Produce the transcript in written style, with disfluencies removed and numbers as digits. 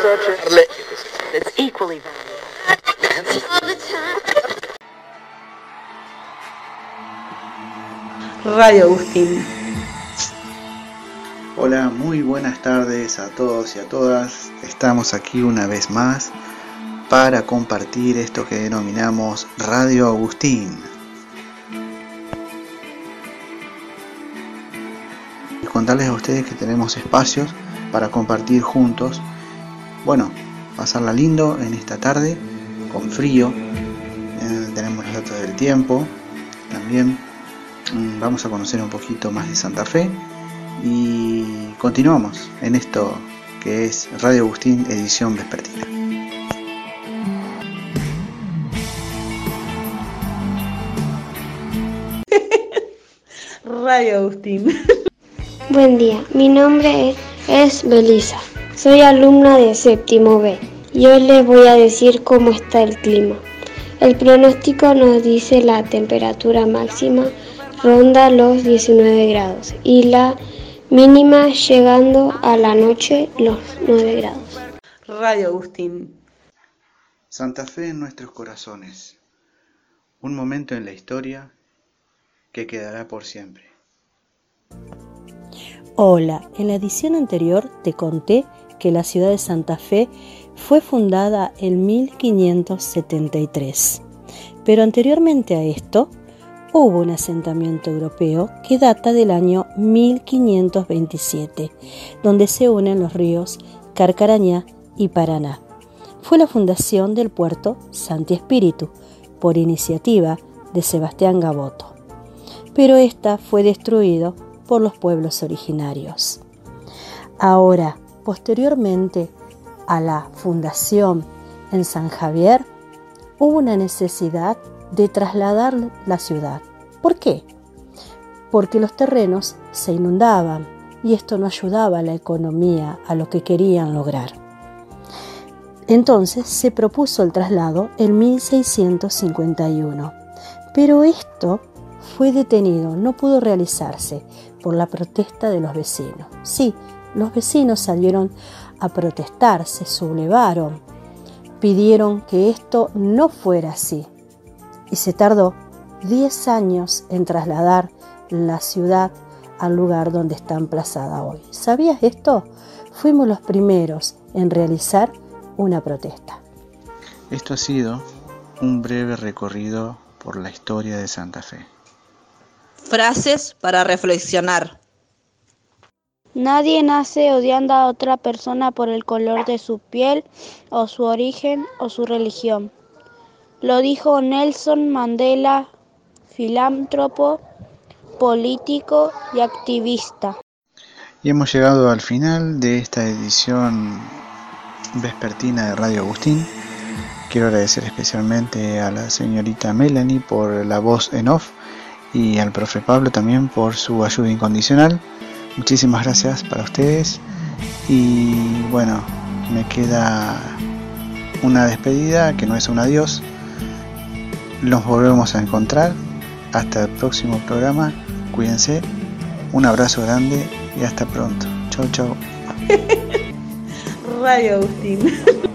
That's equally valuable. Radio Agustín. Hola, muy buenas tardes a todos y a todas. Estamos aquí una vez más para compartir esto que denominamos Radio Agustín. Y contarles a ustedes que tenemos espacios para compartir juntos. Bueno, pasarla lindo en esta tarde, con frío. Tenemos los datos del tiempo. También vamos a conocer un poquito más de Santa Fe. Y continuamos en esto que es Radio Agustín, edición vespertina. Radio Agustín. Buen día, mi nombre es Belisa, soy alumna de séptimo B y hoy les voy a decir cómo está el clima. El pronóstico nos dice la temperatura máxima ronda los 19 grados y la mínima llegando a la noche los 9 grados. Radio Agustín. Santa Fe en nuestros corazones. Un momento en la historia que quedará por siempre. Hola, en la edición anterior te conté que la ciudad de Santa Fe fue fundada en 1573. Pero anteriormente a esto, hubo un asentamiento europeo que data del año 1527, donde se unen los ríos Carcarañá y Paraná. Fue la fundación del puerto Santi Espíritu, por iniciativa de Sebastián Gaboto. Pero esta fue destruido por los pueblos originarios. Ahora, posteriormente a la fundación en San Javier, hubo una necesidad de trasladar la ciudad. ¿Por qué? Porque los terrenos se inundaban y esto no ayudaba a la economía, a lo que querían lograr. Entonces se propuso el traslado en 1651, pero esto fue detenido, no pudo realizarse por la protesta de los vecinos. Sí, los vecinos salieron a protestar, se sublevaron, pidieron que esto no fuera así y se tardó 10 años en trasladar la ciudad al lugar donde está emplazada hoy. ¿Sabías esto? Fuimos los primeros en realizar una protesta. Esto ha sido un breve recorrido por la historia de Santa Fe. Frases para reflexionar. Nadie nace odiando a otra persona por el color de su piel o su origen o su religión. Lo dijo Nelson Mandela, filántropo, político y activista. Y hemos llegado al final de esta edición vespertina de Radio Agustín. Quiero agradecer especialmente a la señorita Melanie por la voz en off y al profe Pablo también por su ayuda incondicional. Muchísimas gracias para ustedes y bueno, me queda una despedida que no es un adiós. Nos volvemos a encontrar hasta el próximo programa. Cuídense, un abrazo grande y hasta pronto. Chau, chau. Radio Agustín.